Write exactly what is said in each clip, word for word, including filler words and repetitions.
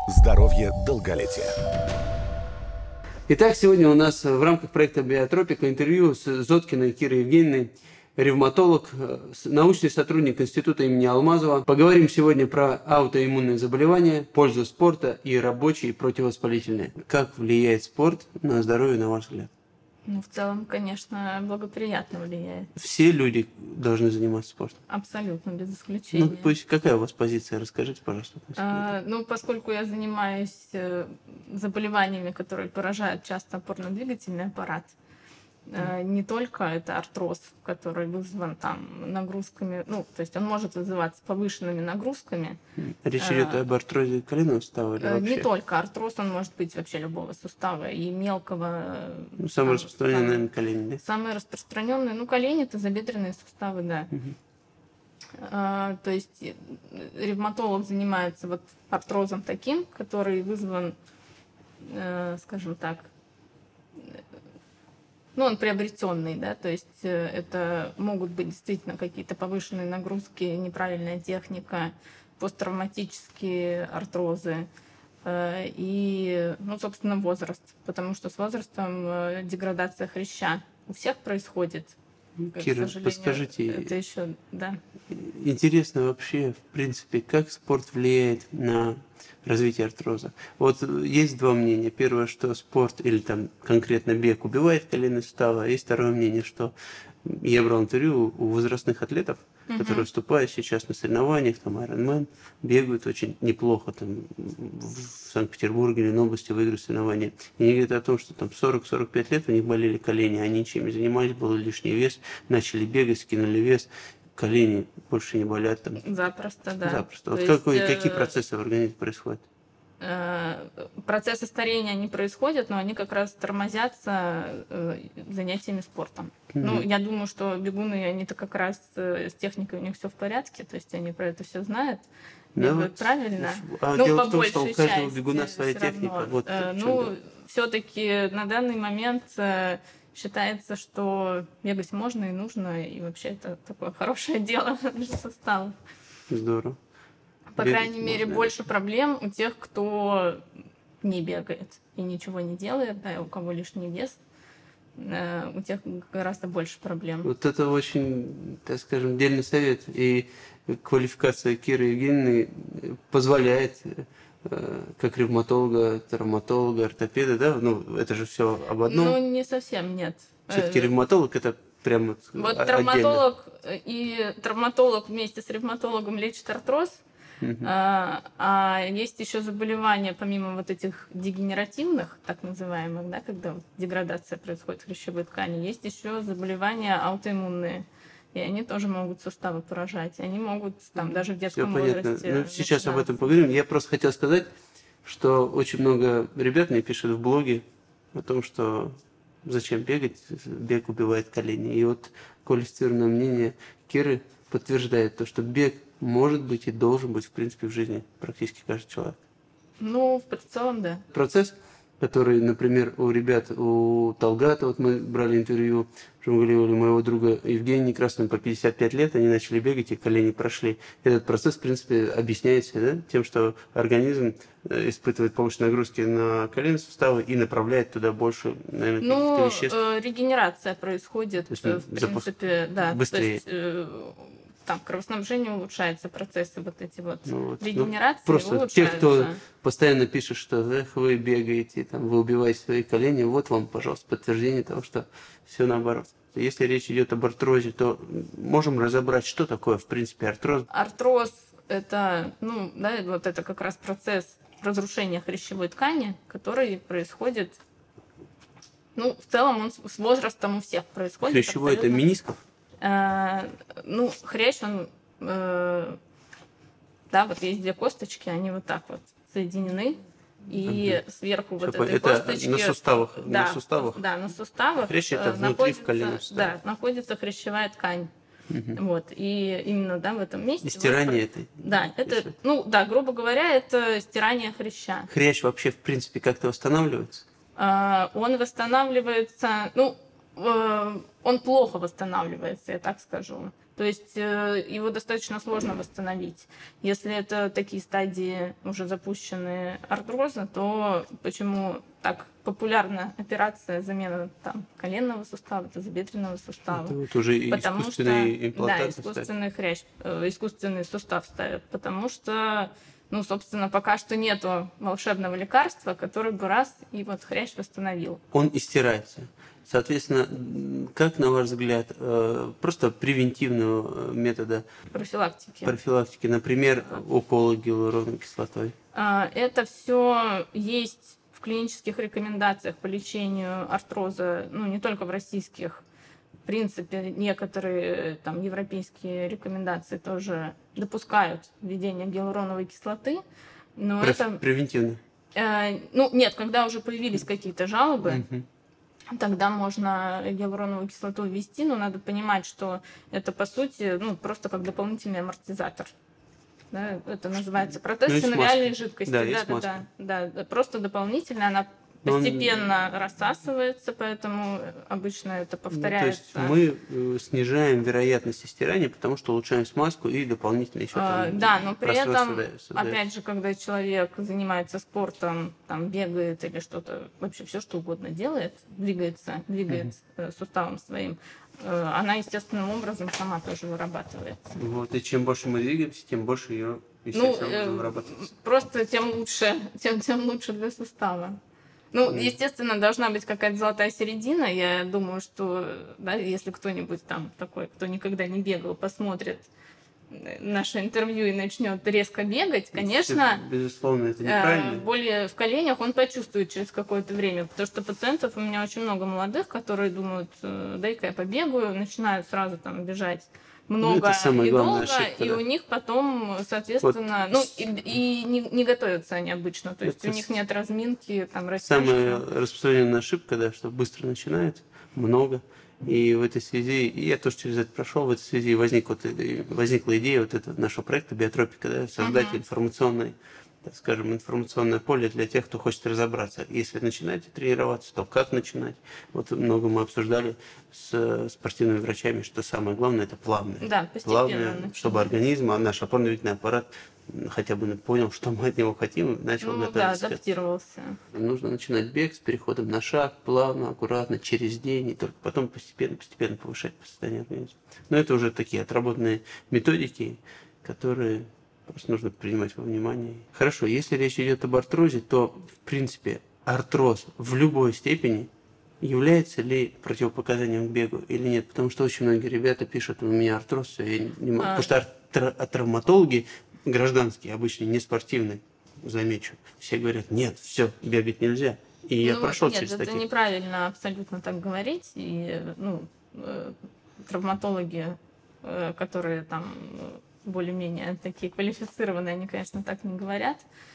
Здоровье, долголетие. Итак, сегодня у нас в рамках проекта «Биотропика» интервью с Зоткиной Кирой Евгеньевной, ревматолог, научный сотрудник Института имени Алмазова. Поговорим сегодня про аутоиммунные заболевания, пользу спорта и рабочие противовоспалительные. Как влияет спорт на здоровье, на ваш взгляд? Ну, в целом, конечно, благоприятно влияет. Все люди должны заниматься спортом? Абсолютно, без исключения. Ну, то есть, какая у вас позиция? Расскажите, пожалуйста. А, ну, поскольку я занимаюсь заболеваниями, которые поражают часто опорно-двигательный аппарат, mm. не только это артроз, который вызван там нагрузками, ну, то есть он может вызываться повышенными нагрузками. Речь а, идет об артрозе коленного сустава или вообще? Не только артроз, он может быть вообще любого сустава, и мелкого. Ну, самый распространенный, наверное, колени, да? Самые распространенные, ну, колени это тазобедренные суставы, да. Mm-hmm. А, то есть ревматолог занимается вот артрозом таким, который вызван, э, скажем так, ну, он приобретенный, да, то есть это могут быть действительно какие-то повышенные нагрузки, неправильная техника, посттравматические артрозы э, и, ну, собственно, возраст, потому что с возрастом деградация хряща у всех происходит. Кира, подскажите, это еще, да. Интересно вообще, в принципе, как спорт влияет на развитие артроза. Вот есть два мнения. Первое, что спорт или там конкретно бег убивает коленные суставы, а есть второе мнение, что я брал интервью у возрастных атлетов, uh-huh. которые выступают сейчас на соревнованиях, там Ironman, бегают очень неплохо, там в Санкт-Петербурге или области выиграют соревнования. И они говорят о том, что там сорок-сорок пять лет у них болели колени, они ничем не занимались, был лишний вес, начали бегать, скинули вес, колени больше не болят. Там. Запросто, да. Запросто. Вот какой, есть, какие процессы в организме происходят? Процессы старения не происходят, но они как раз тормозятся занятиями спортом. Mm-hmm. Ну, я думаю, что бегуны, они-то как раз с техникой у них все в порядке, то есть они про это все знают, бегают да, правильно. А ну, дело по в том, что у каждого бегуна своя все техника. Вот ну, все-таки на данный момент считается, что бегать можно и нужно, и вообще это такое хорошее дело для состава. Здорово. По Бегать крайней мере, можно. Больше проблем у тех, кто не бегает и ничего не делает, да, и у кого лишний вес, э, у тех гораздо больше проблем. Вот это очень, так скажем, дельный совет. И квалификация Киры Евгеньевны позволяет, э, как ревматолога, травматолога, ортопеда, да, ну, это же все об одном. Ну, не совсем, нет. Все-таки ревматолог это прямо вот отдельно. Травматолог и травматолог вместе с ревматологом лечит артроз. Uh-huh. А, а есть еще заболевания, помимо вот этих дегенеративных, так называемых, да, когда вот деградация происходит в хрящевой ткани, есть еще заболевания аутоиммунные. И они тоже могут суставы поражать. Они могут там даже в детском Всё возрасте. Понятно. Ну, сейчас об этом поговорим. Я просто хотел сказать, что очень много ребят мне пишут в блоге о том, что зачем бегать, бег убивает колени. И вот квалифицированное мнение Киры подтверждает то, что бег может быть и должен быть, в принципе, в жизни практически каждый человек. Ну, в целом, да. Процесс, который, например, у ребят, у Талгата, вот мы брали интервью, Жумгалиева, моего друга Евгения Некрасова, по пятьдесят пять лет, они начали бегать, и колени прошли. Этот процесс, в принципе, объясняется, да, тем, что организм испытывает повышенные нагрузки на коленные суставы и направляет туда больше, наверное, ну, каких-то веществ. Ну, регенерация происходит, есть, в принципе, запуск... да. Быстрее. То есть, там кровоснабжение улучшается, процессы вот эти вот, ну, вот ну, регенерации просто улучшаются. Те, кто постоянно пишет, что эх, вы бегаете, там, вы убиваете свои колени, вот вам, пожалуйста, подтверждение того, что все наоборот. Если речь идет об артрозе, то можем разобрать, что такое, в принципе, артроз. Артроз – это, ну, да, вот это как раз процесс разрушения хрящевой ткани, который происходит, ну, в целом он с возрастом у всех происходит. Хрящевой – это менисков? Uh, ну, хрящ, он, uh, да, вот есть две косточки, они вот так вот соединены, и угу. сверху вот Чтобы этой это косточки... на суставах, да, на суставах? Да, на суставах. Хрящ это внутри в коленном суставе. Да, находится хрящевая ткань. Угу. Вот, и именно, да, в этом месте... И стирание вот, этой? Да, это, если... ну, да, грубо говоря, это стирание хряща. Хрящ вообще, в принципе, как-то восстанавливается? Uh, он восстанавливается, ну, он плохо восстанавливается, я так скажу. То есть э, его достаточно сложно восстановить. Если это такие стадии уже запущенные артроза, то почему так популярна операция замена там коленного сустава, тазобедренного сустава? Это вот уже потому искусственный что, имплантат. Да, искусственный хрящ, э, искусственный сустав ставят, потому что, ну, собственно, пока что нету волшебного лекарства, который бы раз и вот хрящ восстановил. Он истирается. Соответственно, как, на ваш взгляд, просто превентивного метода профилактики, профилактики, например, уколы гиалуроновой кислотой? Это все есть в клинических рекомендациях по лечению артроза, ну, не только в российских. В принципе, некоторые там европейские рекомендации тоже допускают введение гиалуроновой кислоты. Но Про- это... Превентивно? Э, ну, нет, когда уже появились какие-то жалобы, Угу. тогда можно гиалуроновую кислоту ввести, но надо понимать, что это, по сути, ну, просто как дополнительный амортизатор. Да, это называется протез Ну, синовиальной жидкости. Да, Да, есть да, маска. да, да, просто дополнительно она Но он- постепенно рассасывается, поэтому обычно это повторяется. Ну, то есть мы э, снижаем вероятность стирания, потому что улучшаем смазку и дополнительно еще А, там да, но при пространство этом, создаётся. опять же, когда человек занимается спортом, там бегает или что-то, вообще все что угодно делает, двигается, двигает э, суставом своим, э, она естественным образом сама тоже вырабатывается. Вот, и чем больше мы двигаемся, тем больше ее, Ну, естественно, э, вырабатывается. просто тем лучше, тем, тем лучше для сустава. Ну, Мгм. естественно, должна быть какая-то золотая середина. Я думаю, что, да, если кто-нибудь там такой, кто никогда не бегал, посмотрит наше интервью и начнет резко бегать, конечно, Безусловно, это э, неправильно. боли в коленях он почувствует через какое-то время. Потому что пациентов у меня очень много молодых, которые думают, э, дай-ка я побегаю, начинают сразу там бежать много это самая и главная долго, ошибка, и да. у них потом, соответственно, ну и, и не, не готовятся они обычно, то есть Это у них нет разминки, там растяжки. Самая распространенная ошибка, да, что быстро начинает, много. И в этой связи, и я тоже через это прошел, в этой связи возник вот, и- возникла идея вот этого нашего проекта «Биотропика», да, создать Мгм. информационный, так скажем, информационное поле для тех, кто хочет разобраться. Если начинаете тренироваться, то как начинать? Вот много мы обсуждали с спортивными врачами, что самое главное – это плавное. Да, постепенно Плавное, начинать. чтобы организм, а наш опорно-двигательный аппарат хотя бы понял, что мы от него хотим, и начал Ну да, готовиться. к этому. адаптировался. Нужно начинать бег с переходом на шаг, плавно, аккуратно, через день, и только потом постепенно, постепенно повышать состояние организма. Но это уже такие отработанные методики, которые просто нужно принимать во внимание. Хорошо, если речь идет об артрозе, то, в принципе, артроз в любой степени является ли противопоказанием к бегу или нет? Потому что очень многие ребята пишут, у меня артроз, всё, я не могу. А. Потому что ар- тра- травматологи гражданские, обычно не спортивные, замечу, все говорят, нет, все, бегать нельзя. И я Ну, прошел нет, через это такие. неправильно абсолютно так говорить. И, ну, э, травматологи, э, которые там э, более-менее такие квалифицированные, они, конечно, так не говорят.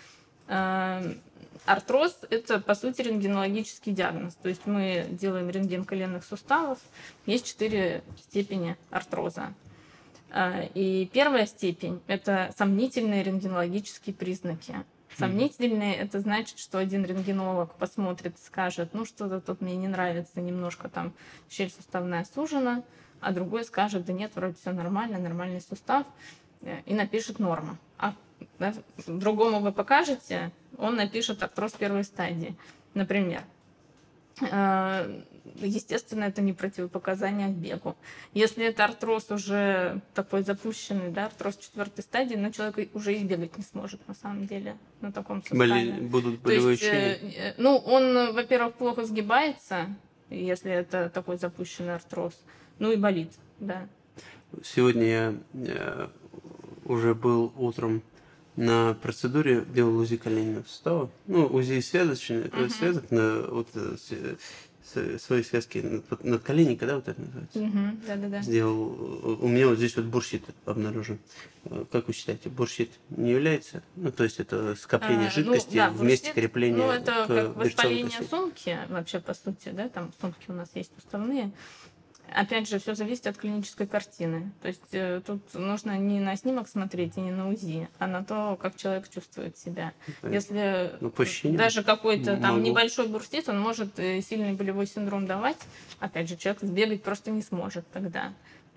Э, Артроз – это, по сути, рентгенологический диагноз. То есть мы делаем рентген коленных суставов. Есть четыре степени артроза. Э, И первая степень – это сомнительные рентгенологические признаки. Сомнительные – это значит, что один рентгенолог посмотрит и скажет, ну что-то тут мне не нравится, немножко там щель суставная сужена, а другой скажет, да нет, вроде все нормально, нормальный сустав, э, и напишет норма. А да, другому вы покажете, он напишет артроз первой стадии, например. Э, Естественно, это не противопоказание к бегу. Если это артроз уже такой запущенный, да, артроз четвертой стадии, но человек уже и бегать не сможет на самом деле на таком суставе. Боли- будут То есть, болевые э, ощущения. э, ну, он, во-первых, плохо сгибается, если это такой запущенный артроз, ну и болит, да. Сегодня я э, уже был утром на процедуре, делал УЗИ коленного сустава. Ну, УЗИ связочный, Мгм. связок на вот э, с- с- свои связки над, над коленникой, да, вот это называется. Мгм, да-да-да. Сделал. У меня вот здесь вот бурсит обнаружен. Э, Как вы считаете, бурсит не является? Ну, то есть это скопление А, жидкости ну, да, в месте бурсит, крепления ну, это к как берцовой воспаление кости. сумки, вообще, по сути, да, там сумки у нас есть уставные. Опять же, все зависит от клинической картины. То есть э, тут нужно не на снимок смотреть и не на УЗИ, а на то, как человек чувствует себя. Если Ну, по ощущениям даже какой-то там могу. небольшой бурстит, он может э, сильный болевой синдром давать. Опять же, человек сбегать просто не сможет тогда.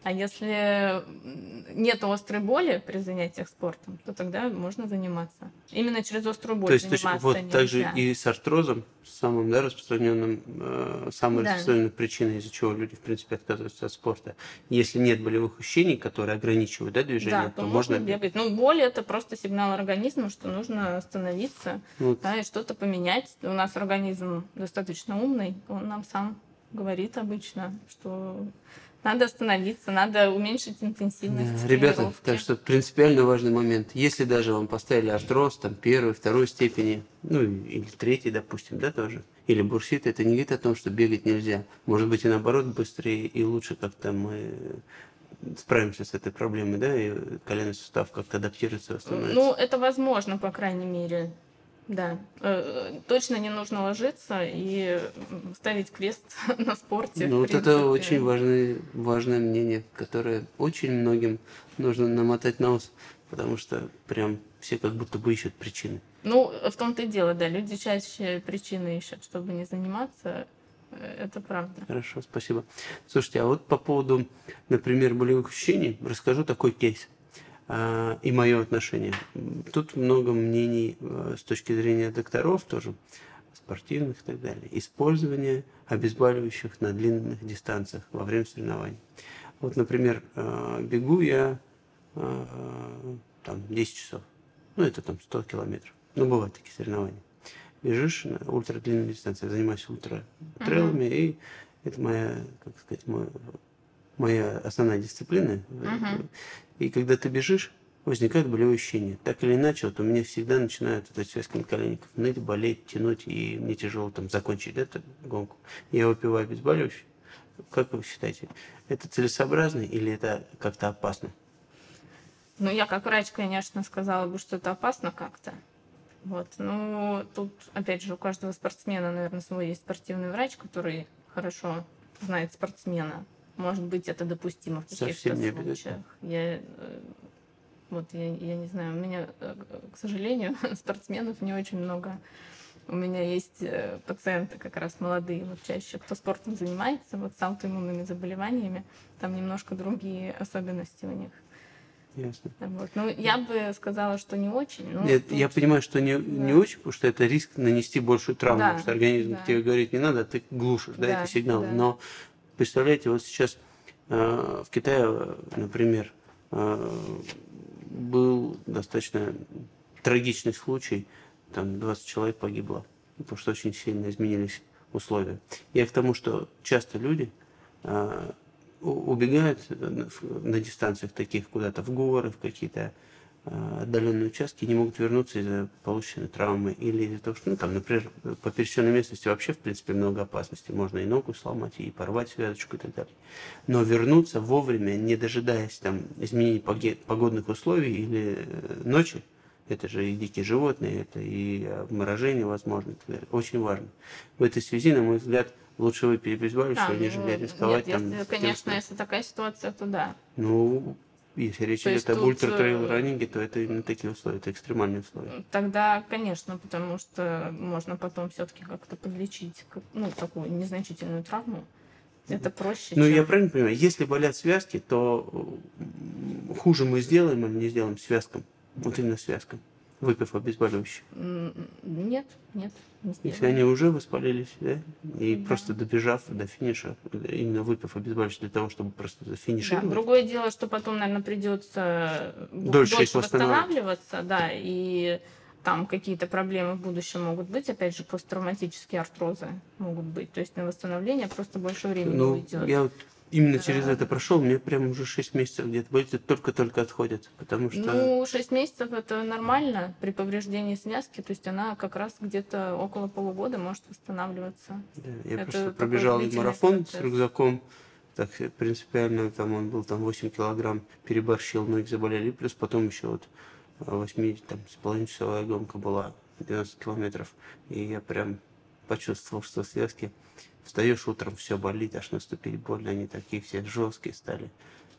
А если нет острой боли при занятиях спортом, то тогда можно заниматься. Именно через острую боль То есть заниматься вот нельзя. также и с артрозом, самым да, распространенным, э, самой Да. распространенной причиной, из-за чего люди, в принципе, отказываются от спорта. Если нет болевых ощущений, которые ограничивают да, движение, Да, то, то можно можно бегать. Ну, боль это просто сигнал организма, что нужно остановиться, Вот. да, и что-то поменять. У нас организм достаточно умный, он нам сам говорит обычно, что надо остановиться, надо уменьшить интенсивность Да, ребята, тренировки. так что принципиально важный момент. Если даже вам поставили артроз, там, первой, второй степени, ну, или третьей, допустим, да, тоже, или бурсит, это не говорит о том, что бегать нельзя. Может быть, и наоборот, быстрее и лучше как-то мы справимся с этой проблемой, да, и коленный сустав как-то адаптируется, восстановится. Ну, это возможно, по крайней мере. Да, Э, точно не нужно ложиться и м, ставить крест на спорте. Ну, в вот это принципе. очень важное, важное мнение, которое очень многим нужно намотать на ус, потому что прям все как будто бы ищут причины. Ну, в том-то и дело, да, люди чаще причины ищут, чтобы не заниматься, э, это правда. Хорошо, спасибо. Слушайте, а вот по поводу, например, болевых ощущений, расскажу такой кейс а, и мое отношение. Тут много мнений а, с точки зрения докторов тоже, спортивных и так далее. Использование обезболивающих на длинных дистанциях во время соревнований. Вот, например, а, бегу я а, там десять часов, ну это там сто километров, ну бывают такие соревнования. Бежишь на ультрадлинной дистанции, я занимаюсь ультра-трейлами, uh-huh. и это моя, как сказать, моя, моя основная дисциплина. Uh-huh. И когда ты бежишь, возникают болевые ощущения. Так или иначе, вот у меня всегда начинают вот эти связки наколенников ныть, болеть, тянуть, и мне тяжело там закончить эту гонку. Я выпиваю обезболивающее. Как вы считаете, это целесообразно или это как-то опасно? Ну, я как врач, конечно, сказала бы, что это опасно как-то. Вот. Ну, тут, опять же, у каждого спортсмена, наверное, свой есть спортивный врач, который хорошо знает спортсмена. Может быть, это допустимо в каких-то случаях. Я, э, вот, я, я не знаю, у меня, э, к сожалению, спортсменов не очень много. У меня есть э, пациенты как раз молодые, вот чаще, кто спортом занимается, вот с аутоиммунными заболеваниями, там немножко другие особенности у них. Ясно. Вот. Ну, я бы сказала, что не очень. Ну, Нет, тут... я понимаю, что не, да. не очень, потому что это риск нанести большую травму, да, потому что организм да. тебе говорит не надо, а ты глушишь да, да, эти сигналы. Да. Но представляете, вот сейчас э, в Китае, например, э, был достаточно трагичный случай, там двадцать человек погибло, потому что очень сильно изменились условия. Я к тому, что часто люди э, убегают на дистанциях таких куда-то в горы, в какие-то отдаленные участки, не могут вернуться из-за полученной травмы или из-за того, что, ну, там, например, по пересеченной местности вообще, в принципе, много опасностей. Можно и ногу сломать, и порвать связочку и так далее. Но вернуться вовремя, не дожидаясь там изменений погодных условий или ночи, это же и дикие животные, это и обморожение возможно, и так далее. Очень важно. В этой связи, на мой взгляд, лучше выпить обезболивающее, а, нежели ну, рисковать. Нет, там, если, конечно, тем, если такая ситуация, то да. Ну, если речь то идет об ультра-трейл-раннинге, то это именно такие условия, это экстремальные условия. Тогда, конечно, потому что можно потом все-таки как-то подлечить, ну, такую незначительную травму. Это проще. Ну, чем... я правильно понимаю, если болят связки, то хуже мы сделаем или не сделаем связкам, вот именно связкам, выпив обезболивающее? Нет, нет. Не Если они уже воспалились, да, и да. просто добежав до финиша, именно выпив обезболивающее для того, чтобы просто зафинишировать. Да. Другое дело, что потом, наверное, придется дольше, дольше восстанавливаться, да, и там какие-то проблемы в будущем могут быть, опять же, посттравматические артрозы могут быть, то есть на восстановление просто больше времени ну, уйдет. Я вот именно через это прошел, мне прям уже шесть месяцев где-то болит, только-только отходит, потому что... Ну, шесть месяцев это нормально при повреждении связки, то есть она как раз где-то около полугода может восстанавливаться. Да, я это просто пробежал марафон процесс. с рюкзаком, так принципиально, там он был там восемь килограмм, переборщил, ноги заболели, плюс потом еще вот восемь с половиной часовая гонка была, двенадцать километров, и я прям почувствовал, что связки... Встаешь утром, все болит, аж наступить больно, они такие все жесткие стали.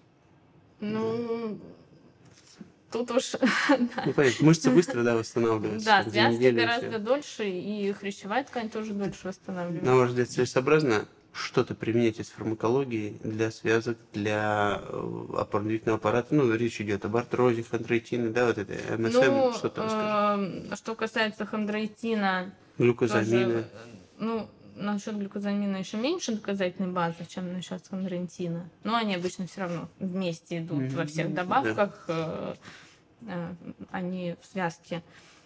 Ну, да. Тут уж... Ну, понятно, мышцы быстро, да, восстанавливаются. Да, связки гораздо дольше, и хрящевая ткань тоже дольше восстанавливается. На ваш взгляд, целесообразно что-то применять из фармакологии для связок, для опорно-двигательного аппарата. Ну, речь идет об артрозе, хондроитине, да, вот это эм эс эм, Ну, что там скажешь? э, что касается хондроитина, Глюкозамина. тоже, ну, насчет глюкозамина еще меньше доказательной базы, чем насчет хондроитина. Но они обычно все равно вместе идут mm-hmm. во всех добавках, да. э, э, они в связке.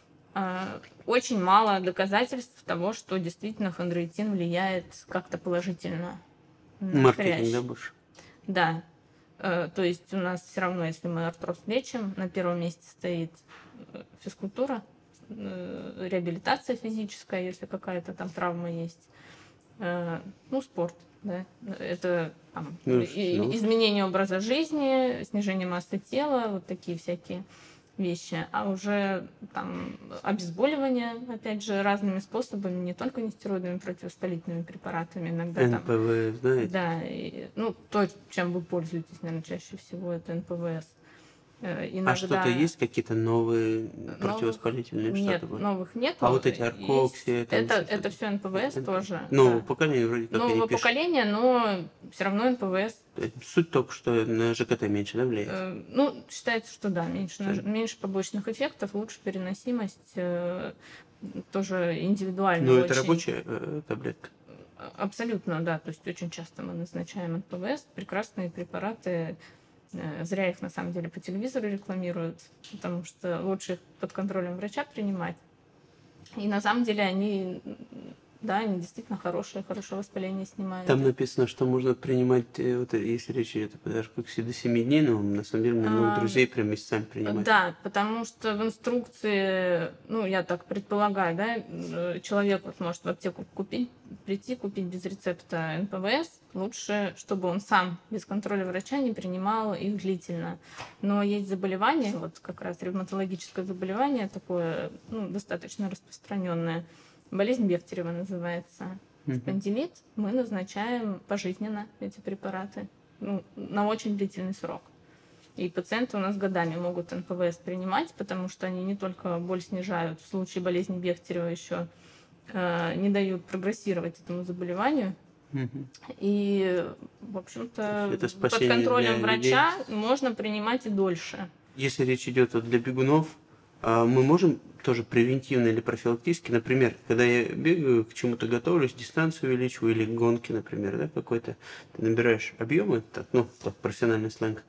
Э, очень мало доказательств того, что действительно хондроитин влияет как-то положительно на маркетинг, да, больше? Да. Э, то есть у нас все равно, если мы артроз лечим, на первом месте стоит физкультура, э, реабилитация физическая, если какая-то там травма есть. Э, ну, спорт, да. Это там, ну, и, ну. изменение образа жизни, снижение массы тела, вот такие всякие вещи. А уже там обезболивание, опять же, разными способами, не только нестероидными противовоспалительными препаратами. Иногда эн пэ вэ эс, там, знаете? Да, и, ну, то, чем вы пользуетесь, наверное, чаще всего, это эн пэ вэ эс. Иногда... А что-то есть, какие-то новые противовоспалительные? Нет, что-то новых нет. А вот эти аркокси? Это, это все эн пэ вэ эс эн... тоже. Нового да. поколения вроде как Нового поколения, но все равно эн пэ вэ эс. Суть только, что на жэ ка тэ меньше, да, влияет? Э, ну, считается, что да, меньше, да. меньше побочных эффектов, лучше переносимость, э, тоже индивидуально. Ну, очень... это рабочая э, таблетка? Абсолютно, да. То есть очень часто мы назначаем эн пэ вэ эс, прекрасные препараты. Зря их на самом деле по телевизору рекламируют, потому что лучше их под контролем врача принимать. И на самом деле они, да, они действительно хорошие, хорошее воспаление снимают. Там написано, что можно принимать, вот, если речь идет о аркокси до семи дней, но на самом деле у меня много друзей прям месяцами принимают. Да, потому что в инструкции, ну, я так предполагаю, да, человек вот может в аптеку купить, прийти, купить без рецепта эн пэ вэ эс. Лучше, чтобы он сам без контроля врача не принимал их длительно. Но есть заболевание, вот как раз ревматологическое заболевание, такое, ну, достаточно распространенное. Болезнь Бехтерева называется. Спондилит. Мы назначаем пожизненно эти препараты, ну, на очень длительный срок. И пациенты у нас годами могут эн пэ вэ эс принимать, потому что они не только боль снижают, в случае болезни Бехтерева еще э, не дают прогрессировать этому заболеванию. Угу. И, в общем-то, под контролем врача людей. Можно принимать и дольше. Если речь идет вот для бегунов, мы можем тоже превентивно или профилактически, например, когда я бегаю, к чему-то готовлюсь, дистанцию увеличиваю или гонки, например, да, какой-то, ты набираешь объемы, так, ну, так, профессиональный сленг,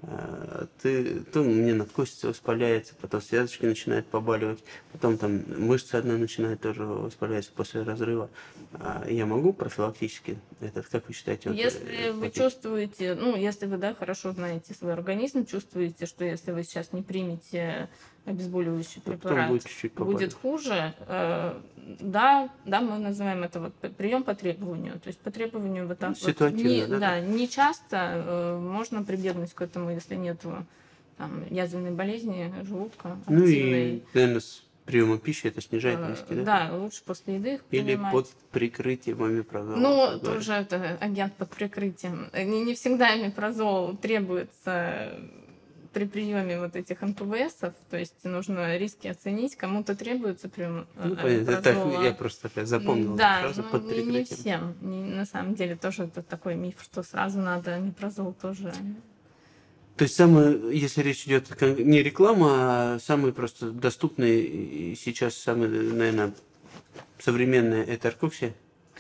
ты, то мне надкосица воспаляется, потом связочки начинают побаливать, потом там мышца одна начинает тоже воспаляться после разрыва. Я могу профилактически этот, как вы считаете? Если вот, вы такие... чувствуете, ну, если вы, да, хорошо знаете свой организм, чувствуете, что если вы сейчас не примете обезболивающий препарат, будет, чуть-чуть будет хуже, э, да, да, мы называем это вот прием по требованию. То есть по требованию вот так ну, вот не, да? Да, не часто э, можно прибегнуть к этому, если нет там, язвенной болезни, желудка, активной. Ну и, наверное, с приемом пищи это снижает риски, да? Да, лучше после еды их Или принимать. под прикрытием омепразола. Ну, тоже это агент под прикрытием. Не, не всегда омепразол требуется при приеме вот этих эн пэ вэ эсов, то есть нужно риски оценить, кому-то требуется прием ну, омепразола. Я просто такая запомнила. Да, сразу ну, под прикрытием. Не всем. Не, на самом деле тоже это такой миф, что сразу надо омепразол тоже. То есть самое, если речь идет не реклама, а самые просто доступные сейчас, самые, наверное, современные, это аркоксия?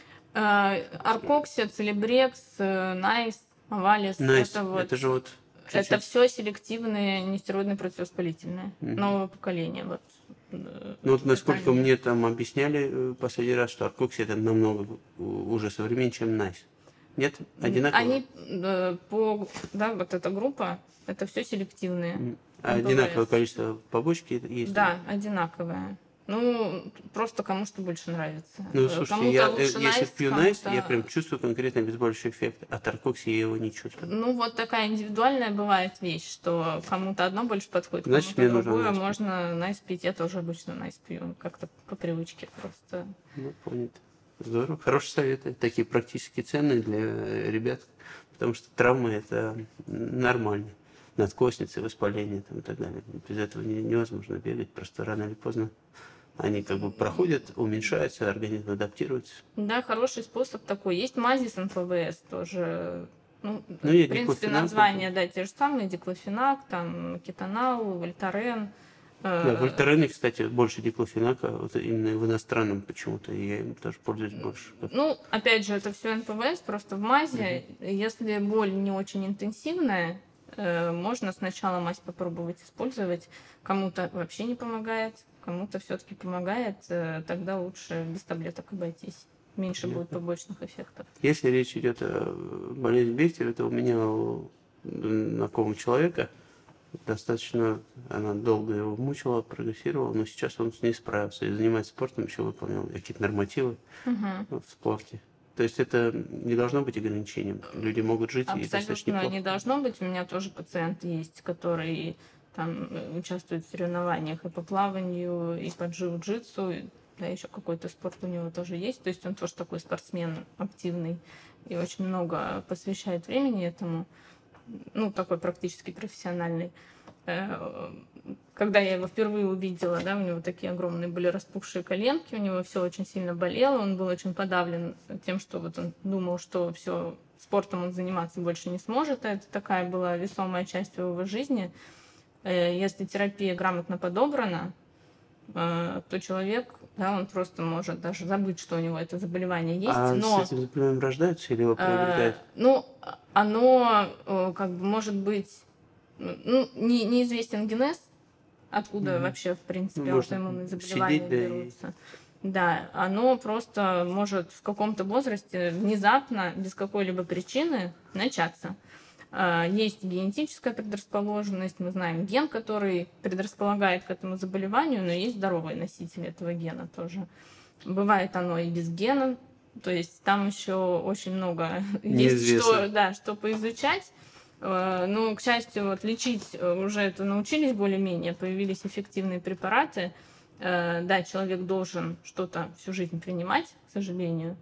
Аркоксия, Целебрекс, Найс, Авалис. Найс, это, вот, это же вот... Чуть-чуть. Это все селективные нестероидные противовоспалительные. Mm-hmm. Нового поколения. Вот. Ну вот насколько это... мне там объясняли последний раз, что аркоксия это намного уже современнее, чем Найс. Нет? Одинаково? Они по... Да, вот эта группа, это все селективные. А одинаковое количество побочки есть? Да, одинаковое. Ну, просто кому что больше нравится. Ну, слушайте, я, если nice, пью Найс, я прям чувствую конкретно обезболивающий эффект. От аркоксии я его не чувствую. Ну, вот такая индивидуальная бывает вещь, что кому-то одно больше подходит, Значит, кому-то другое. Можно Найс пить. Я тоже обычно Найс пью. Как-то по привычке просто. Ну, понятно. Здорово. Хорошие советы. Такие практически ценные для ребят. Потому что травмы это нормально. Надкосницы, воспаление там, и так далее. Без этого невозможно бегать. Просто рано или поздно Они как бы проходят, уменьшаются, организм адаптируется. Да, хороший способ такой. Есть мази с эн пэ вэ эс тоже. Ну, Ну, в есть принципе, диклофенак, названия, да, те же самые, диклофенак, там, кетонал, вольтарен. Да, в Альтерене, кстати, больше диклофенака, вот именно в иностранном почему-то, и я им тоже пользуюсь больше. Ну, опять же, это все эн пэ вэ эс, просто в мазе. Мгм. Если боль не очень интенсивная, э, можно сначала мазь попробовать использовать. Кому-то вообще не помогает, кому-то все-таки помогает, э, тогда лучше без таблеток обойтись. Меньше будет Понятно. побочных эффектов. Если речь идет о болезни Бехтерева, то у меня у знакомого человека достаточно, она долго его мучила, прогрессировала, но сейчас он с ней справился и занимается спортом, еще выполнял какие-то нормативы Мгм. в спорте. То есть это не должно быть ограничением. Люди могут жить и достаточно Абсолютно неплохо. не должно быть. У меня тоже пациент есть, который там э, участвует в соревнованиях и по плаванию, и по джиу-джитсу, да, еще какой-то спорт у него тоже есть. То есть он тоже такой спортсмен активный и очень много посвящает времени этому. Ну, такой практически профессиональный. Э, Когда я его впервые увидела, да, у него такие огромные были распухшие коленки, у него все очень сильно болело, он был очень подавлен тем, что вот он думал, что все спортом он заниматься больше не сможет. Это такая была весомая часть его жизни. Э, Если терапия грамотно подобрана, э, то человек, да, он просто может даже забыть, что у него это заболевание есть, А но с этим заболеванием рождаются или его Э, приобретают? Ну, оно э, как бы может быть, ну, не, неизвестен генез, откуда Мгм. вообще, в принципе, Ну, может аутоиммунные сидеть, заболевания да, и- берутся. Да, оно просто может в каком-то возрасте внезапно, без какой-либо причины, начаться. Э, Есть генетическая предрасположенность, мы знаем ген, который предрасполагает к этому заболеванию, но есть здоровые носители этого гена тоже. Бывает оно и без гена, то есть там еще очень много есть Неизвестно. что, да, что поизучать. Э, Но, к счастью, вот лечить э, уже это научились более-менее, появились эффективные препараты. Э, Да, человек должен что-то всю жизнь принимать, к сожалению.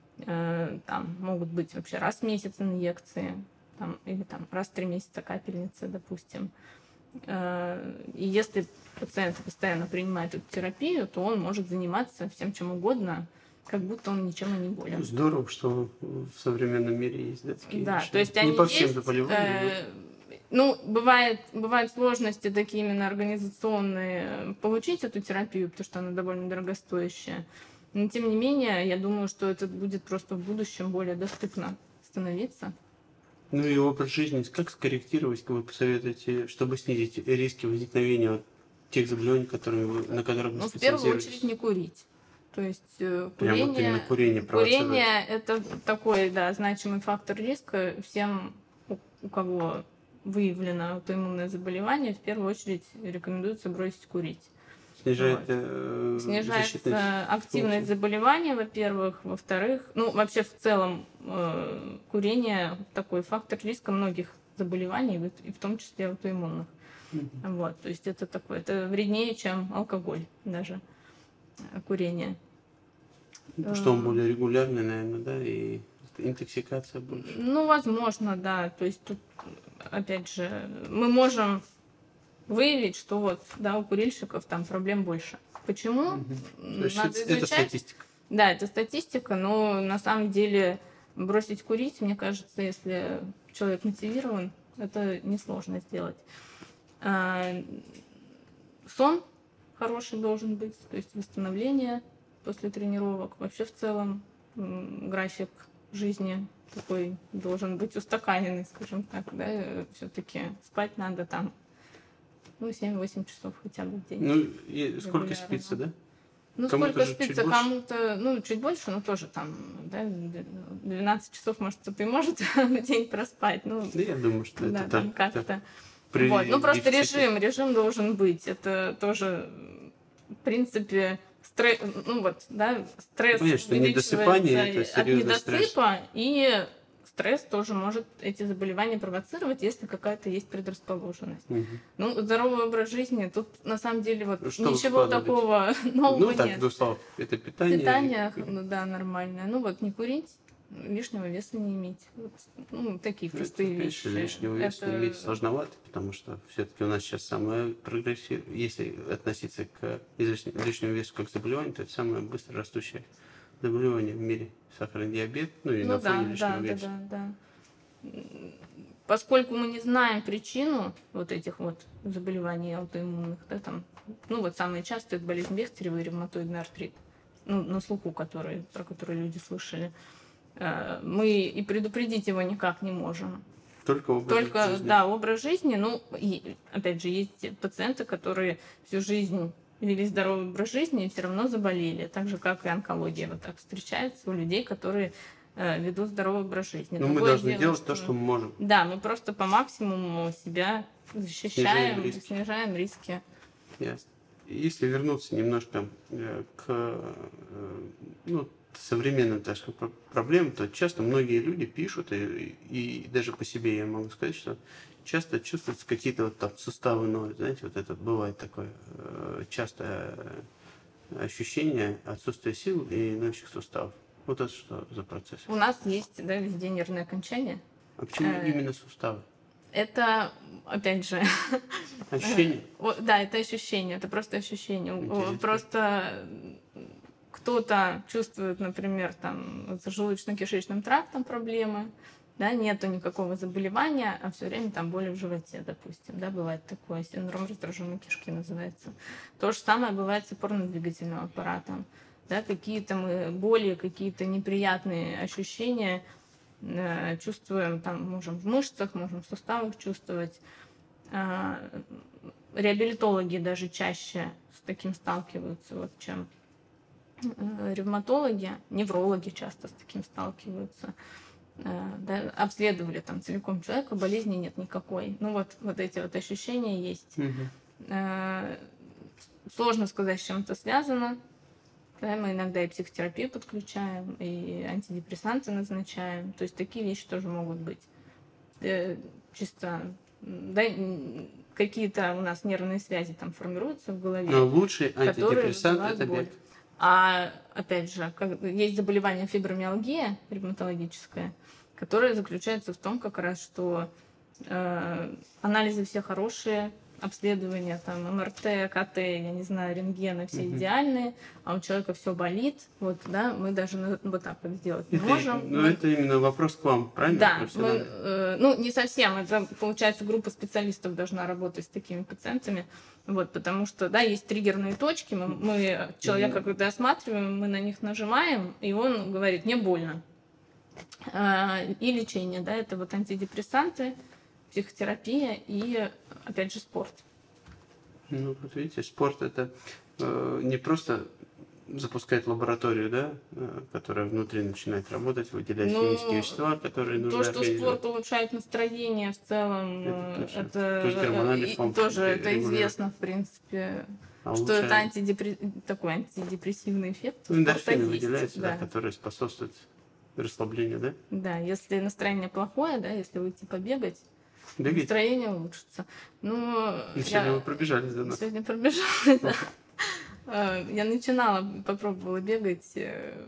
Э, Там могут быть вообще раз в месяц инъекции, там, или там раз в три месяца капельницы, допустим. Э, И если пациент постоянно принимает эту терапию, то он может заниматься всем чем угодно, как будто он ничем и не болен. Здорово, что в современном мире есть, да, такие Да, решения. то есть Не они по всем есть. заболеваниям, э, Ну, бывает, бывают сложности такие именно организационные э, получить эту терапию, потому что она довольно дорогостоящая. Но тем не менее, я думаю, что это будет просто в будущем более доступно становиться. но- Ну и образ жизни, как скорректировать, как вы посоветуете, чтобы снизить риски возникновения вот тех заболеваний, которыми вы, на которых вы Ну, в первую специализируетесь? очередь, не курить. То есть э, Прям вот курение, именно курение провоцирует. курение это такой, да, значимый фактор риска всем, у, у кого выявлено аутоиммунное заболевание, в первую очередь рекомендуется бросить курить. Снижает Вот. э, Снижается защитность активность функций. заболевания, во-первых. Во-вторых, ну, вообще в целом э, курение такой фактор риска многих заболеваний, вот, и в том числе аутоиммунных. Мгм. Вот, то есть это такое, это вреднее, чем алкоголь даже, э, курение. Потому что он более регулярный, наверное, да, и интоксикация больше. Ну, возможно, да. То есть тут, опять же, мы можем выявить, что вот, да, у курильщиков там проблем больше. Почему? Мгм. М, То есть Надо это, это изучать. статистика. Да, это статистика, но на самом деле бросить курить, мне кажется, если человек мотивирован, это несложно сделать. А, Сон хороший должен быть, то есть восстановление после тренировок. Вообще в целом м, график жизни такой должен быть устаканенный, скажем так, да, все-таки спать надо там, ну, семь-восемь часов хотя бы в день. Ну, и сколько Регулярно. спится, да? Ну, Кому-то сколько же чуть спится, больше. кому-то, ну, чуть больше, но тоже там, да, двенадцать часов, может, кто-то и может в день проспать, ну, Да, я думаю, что да, это там так. как-то. при Вот. Ну, просто дефиците. режим, режим должен быть. Это тоже, в принципе, стресс, ну вот, да, стресс Понятно, что увеличивается недосыпание – это от серьезный стресс. недосыпа, и стресс тоже может эти заболевания провоцировать, если какая-то есть предрасположенность. Мгм. Ну, здоровый образ жизни, тут на самом деле вот Что вы ничего вкладываете? такого нового Ну, так, нет. в двух словах. Это питание. Питание, и- ну да, нормальное. Ну вот, не курить, лишнего веса не иметь. Вот, ну, такие Ну, простые это, вещи. конечно, лишнего веса Это- иметь сложновато, потому что все-таки у нас сейчас самое прогрессивное, если относиться к излишне- лишнему весу как заболеванию, то это самое быстро растущее заболевание в мире. Сахарный диабет, ну и Ну на фоне да, лишнего да, да, веса. да, да. М, Поскольку мы не знаем причину вот этих вот заболеваний аутоиммунных, да, там, ну вот самые частые это болезнь Бехтерева и ревматоидный артрит, ну, на слуху, которые, про которые люди слышали. Э, Мы и предупредить его никак не можем. Только образ Только, жизни. да, образ жизни. Ну, и, опять же, есть пациенты, которые всю жизнь вели здоровый образ жизни и все равно заболели. Так же, как и онкология вот так встречается у людей, которые э, ведут здоровый образ жизни. Но мы Другое должны дело, делать то, что мы можем. Да, мы просто по максимуму себя защищаем, Снижаем риски. снижаем риски. Ясно. Если вернуться немножко э, к э, ну, современным, так сказать, про- проблемам, то часто многие люди пишут, и, и даже по себе я могу сказать, что часто чувствуются какие-то вот там суставы ноют, знаете, вот это бывает такое э, частое э, ощущение отсутствия сил и ноющих суставов. Вот это что за процесс? У нас есть, да, везде нервные окончания. А почему Э, именно суставы? Это, опять же, Ощущение? О, да, это ощущение, это просто ощущение. О, Интересно. Просто кто-то чувствует, например, там с желудочно-кишечным трактом проблемы, да, нету никакого заболевания, а все время там боли в животе, допустим, да, бывает такое, синдром раздраженной кишки называется. То же самое бывает с опорно-двигательным аппаратом, да, какие-то мы боли, какие-то неприятные ощущения э, чувствуем, там, можем в мышцах, можем в суставах чувствовать. А, реабилитологи даже чаще с таким сталкиваются, вот, чем э, ревматологи, неврологи часто с таким сталкиваются. Э, да, обследовали там целиком человека, болезни нет никакой. Ну вот, вот эти вот ощущения есть. Мгм. Э, Сложно сказать, с чем это связано. Да, мы иногда и психотерапию подключаем, и антидепрессанты назначаем. То есть такие вещи тоже могут быть. Э, Чисто да, м, какие-то у нас нервные связи там формируются в голове, Но лучший которые антидепрессант вызывают это боль. бег. А опять же, как, есть заболевание фибромиалгия ревматологическая, которое заключается в том, как раз, что э, анализы все хорошие, обследования, там, эм эр тэ, ка тэ, я не знаю, рентгены все Мгм. идеальные, а у человека все болит, вот, да, мы даже на- вот так вот сделать не Это, можем. ну, Мы- это именно вопрос к вам, правильно? да, мы, Профессиональный? э, ну, не совсем. Это, получается, группа специалистов должна работать с такими пациентами. Вот, потому что, да, есть триггерные точки. Мы, мы человека, когда осматриваем, мы на них нажимаем, и он говорит, мне больно. А, И лечение, да, это вот антидепрессанты, психотерапия и, опять же, спорт. Ну, вот видите, спорт это э, не просто запускает лабораторию, да, э, которая внутри начинает работать, выделять Ну, химические вещества, которые нужны То, что организму. спорт улучшает настроение в целом, Это э, точно. это, То есть гормональный и фон тоже ре- это регулирует. известно, в принципе, А что улучшает. это антидепре... такой антидепрессивный эффект. у Ну, спорта эндорфины есть, выделяются, да, да. которые способствуют расслаблению, да? Да, если настроение плохое, да, если выйти побегать, Бегать. настроение улучшится. Ну, Ну, сегодня я вы пробежались за нас. сегодня пробежала, да. Э, Я начинала, попробовала бегать. э,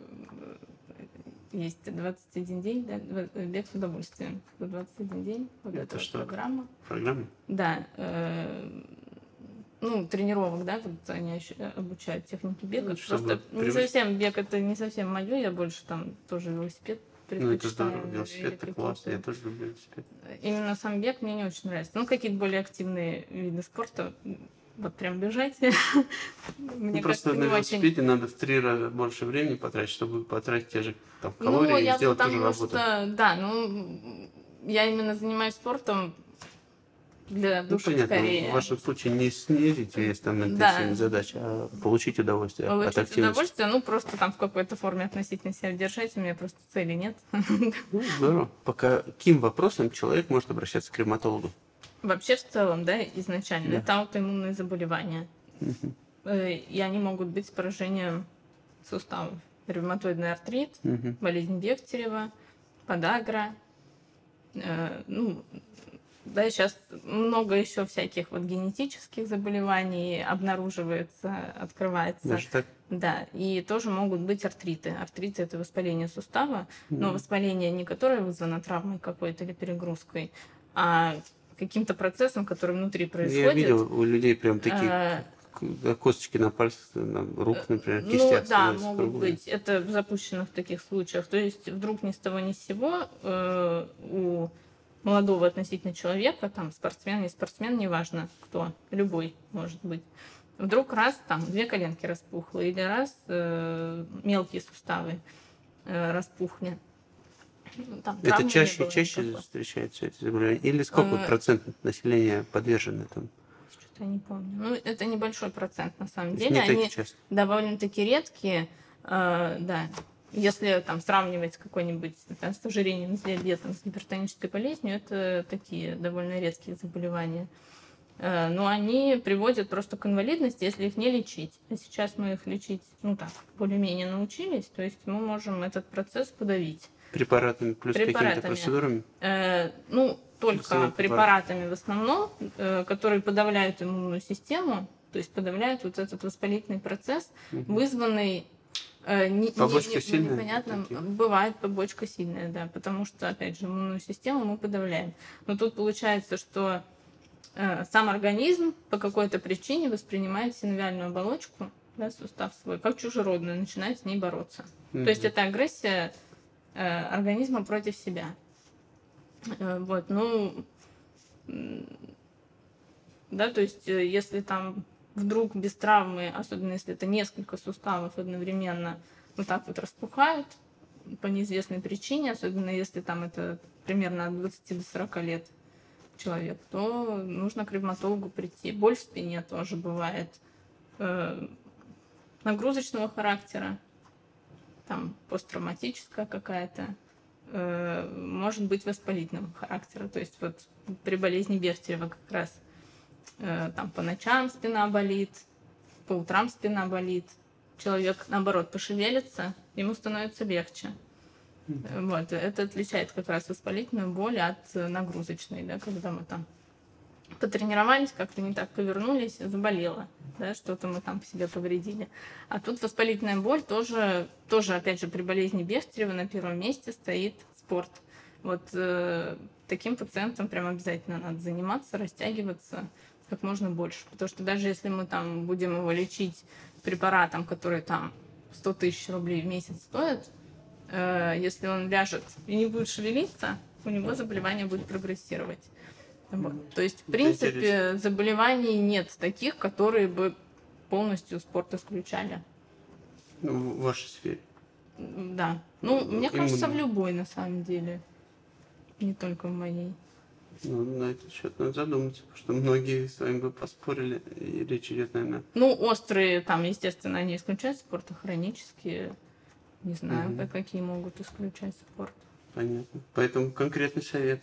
Есть двадцать один день, да, дв- бег с удовольствием. двадцать один день, вот Это эта вот что? программа. Программа? Да, э, ну, тренировок, да, вот они ощ- обучают технике бега. Ну, чтобы Просто не привык- совсем бег, это не совсем мое, я больше там тоже велосипед Ну, это предпочитаю. здорово. или Велосипед это классно. Я какие-то- тоже люблю велосипед. Именно сам бег мне не очень нравится. Ну, какие-то более активные виды спорта, вот прям бежать. Ну, Мне просто кажется, на не очень. велосипеде надо в три раза больше времени потратить, чтобы потратить те же там, Ну, калории и я сделать ту же потому работу. что, да, ну, я именно занимаюсь спортом для Ну, души понятно, скорее. в вашем случае не снизить вес там Да. интенсивной задачи, а получить удовольствие от Получить активности. удовольствие, ну, просто там в какой-то форме относительно себя держать, у меня просто цели нет. Ну, здорово. По каким вопросам человек может обращаться к ревматологу? Вообще, в целом, да, изначально, Да. это аутоиммунные заболевания. Мгм. Э, И они могут быть с поражением суставов. Ревматоидный артрит, Мгм. болезнь Бехтерева, подагра. Э, Ну, Да, сейчас много еще всяких вот генетических заболеваний обнаруживается, открывается. Даже так? Да, и тоже могут быть артриты. Артриты – это воспаление сустава, но Мгм. воспаление не которое вызвано травмой какой-то или перегрузкой, а каким-то процессом, который внутри Я происходит. видел у людей прям такие А, к- да, косточки на пальцах, на рук, например, Ну кистях да, становятся могут круглые. быть. Это в запущенных таких случаях. То есть вдруг ни с того ни с сего э, у молодого относительно человека, там спортсмен, не спортсмен, неважно кто, любой может быть, вдруг раз там две коленки распухло, или раз э, мелкие суставы э, распухли. Ну, там Это травмы не чаще и было чаще никакой. встречается эти заболевания? Или сколько Э, процент населения подвержены там? Что-то я не помню. Ну, это небольшой процент на самом То есть деле. не так Они часто. довольно-таки редкие. Э, да. Если там сравнивать с какой-нибудь там, с ожирением, с диабетом, с гипертонической болезнью, это такие довольно редкие заболевания. Э, но они приводят просто к инвалидности, если их не лечить. А сейчас мы их лечить, ну так, более-менее научились, то есть мы можем этот процесс подавить. Препаратами плюс какими-то Препаратами. процедурами? Э, ну, только Всего препарат. препаратами в основном, э, которые подавляют иммунную систему, то есть подавляют вот этот воспалительный процесс, Мгм. вызванный э, не, не- Побочка не- сильная? непонятным. Такие? Бывает побочка сильная, да, потому что, опять же, иммунную систему мы подавляем. Но тут получается, что э, сам организм по какой-то причине воспринимает синовиальную оболочку, да, сустав свой, как чужеродную, начинает с ней бороться. Мгм. То есть это агрессия э, организма против себя. Э, Вот, ну, м, да, то есть э, если там вдруг без травмы, особенно если это несколько суставов одновременно вот так вот распухают по неизвестной причине, особенно если там это примерно от двадцати до сорока лет человек, то нужно к ревматологу прийти. Боль в спине тоже бывает, э, нагрузочного характера, там посттравматическая какая-то, э, может быть воспалительного характера. То есть вот при болезни Бехтерева как раз э, там по ночам спина болит, по утрам спина болит. Человек, наоборот, пошевелится, ему становится легче. Э, Вот, это отличает как раз воспалительную боль от э, нагрузочной, да, когда мы там потренировались, как-то не так повернулись, заболело, да, что-то мы там себе повредили. А тут воспалительная боль тоже, тоже опять же, при болезни Бехтерева на первом месте стоит спорт. Вот э, таким пациентам прям обязательно надо заниматься, растягиваться как можно больше. Потому что даже если мы там будем его лечить препаратом, который там сто тысяч рублей в месяц стоит, э, если он ляжет и не будет шевелиться, у него заболевание будет прогрессировать. Вот. То есть, в Это принципе, интересно. заболеваний нет таких, которые бы полностью спорт исключали. Ну, в вашей сфере. М, Да. Ну, мне Иммунная. кажется, в любой, на самом деле. Не только в моей. Ну, на этот счет надо задуматься, потому что многие с вами бы поспорили, и речь идет, наверное, Ну, острые, там, естественно, они исключают спорт, а хронические, не знаю, Мгм. какие могут исключать спорт. понятно. Поэтому конкретный совет.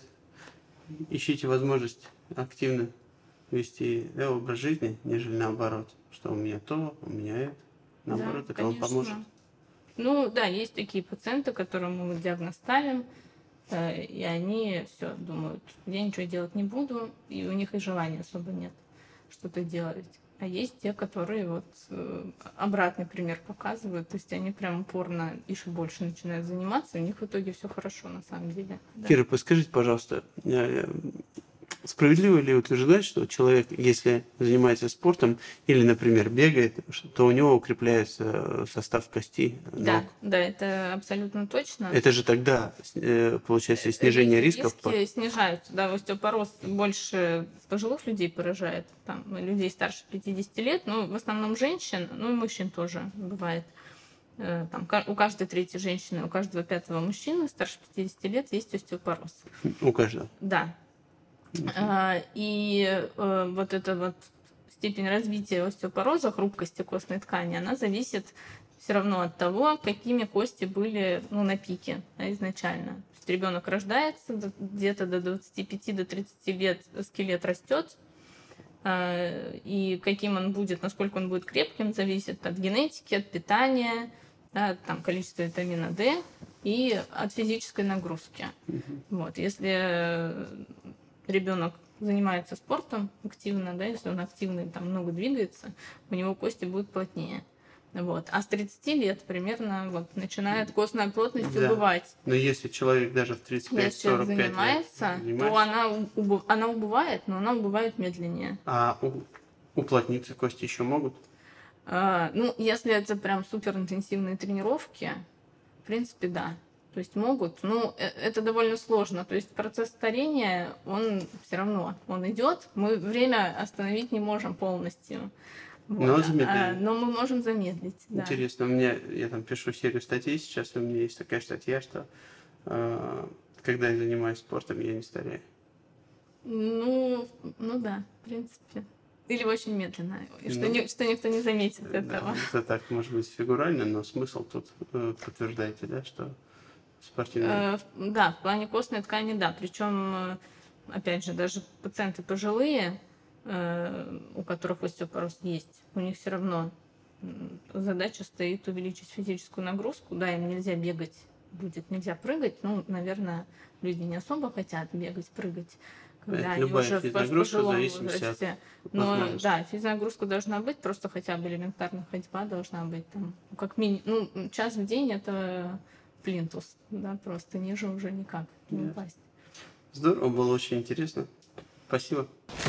Ищите возможность активно вести да, образ жизни, нежели наоборот. Что у меня то, у меня это. Наоборот, Да, это вам конечно. поможет. Ну, да, есть такие пациенты, которым мы вот диагноз ставим, э, и они все думают, я ничего делать не буду, и у них и желания особо нет что-то делать. А есть те, которые вот э, обратный пример показывают, то есть они прям упорно еще больше начинают заниматься, и у них в итоге все хорошо на самом деле. Да. Кира, подскажите, пожалуйста, э, справедливо ли утверждать, что человек, если занимается спортом или, например, бегает, то у него укрепляется состав костей Да, ног? да, это абсолютно точно. Это же тогда, э, получается, снижение Ри- рисков. по- Риски снижаются, да, остеопороз больше пожилых людей поражает, там, людей старше пятидесяти лет, ну, в основном женщин, ну, и мужчин тоже бывает. Э, Там, ка- у каждой третьей женщины, у каждого пятого мужчины старше пятидесяти лет есть остеопороз. У каждого. Да. А, И э, вот эта вот степень развития остеопороза, хрупкости костной ткани, она зависит все равно от того, какими кости были ну, на пике да, изначально. То есть ребенок рождается, до- где-то до двадцати пяти до тридцати лет скелет растет, а, и каким он будет, насколько он будет крепким, зависит от генетики, от питания, да, от там, количества витамина D и от физической нагрузки. Вот, если ребенок занимается спортом активно, да, если он активный, там много двигается, у него кости будут плотнее. Вот. А с тридцати лет примерно вот, начинает костная плотность Да. убывать. Но если человек даже в тридцать пять сорок пять занимается, лет занимается, то она, убы- она убывает, но она убывает медленнее. а у- уплотниться кости еще могут? А, ну, если это прям суперинтенсивные тренировки, в принципе, да. То есть могут, но э- это довольно сложно. То есть процесс старения, он все равно, он идет. Мы время остановить не можем полностью. Вот. Но А, замедление. но мы можем замедлить, да. Интересно, у меня, я там пишу серию статей сейчас, и у меня есть такая статья, что э, когда я занимаюсь спортом, я не старею. Ну, ну да, в принципе. Или очень медленно, и что, Ну, ни- что никто не заметит Да, этого. это так может быть фигурально, но смысл тут э, подтверждаете, да, что спортивный. Э, в- Да, в плане костной ткани, да. Причем, опять же, даже пациенты пожилые, э, у которых остеопороз есть, у них все равно м, задача стоит увеличить физическую нагрузку. Да, им нельзя бегать, будет нельзя прыгать. Ну, наверное, люди не особо хотят бегать, прыгать, когда они Любая уже в физнагрузка в пожилом зависимости от возрасте. Но возможностей. да, физнагрузка должна быть, просто хотя бы элементарная ходьба должна быть там, ну, как минимум, ну, час в день это плинтус, да, просто ниже уже никак не Ясно. упасть. Здорово, было очень интересно. Спасибо.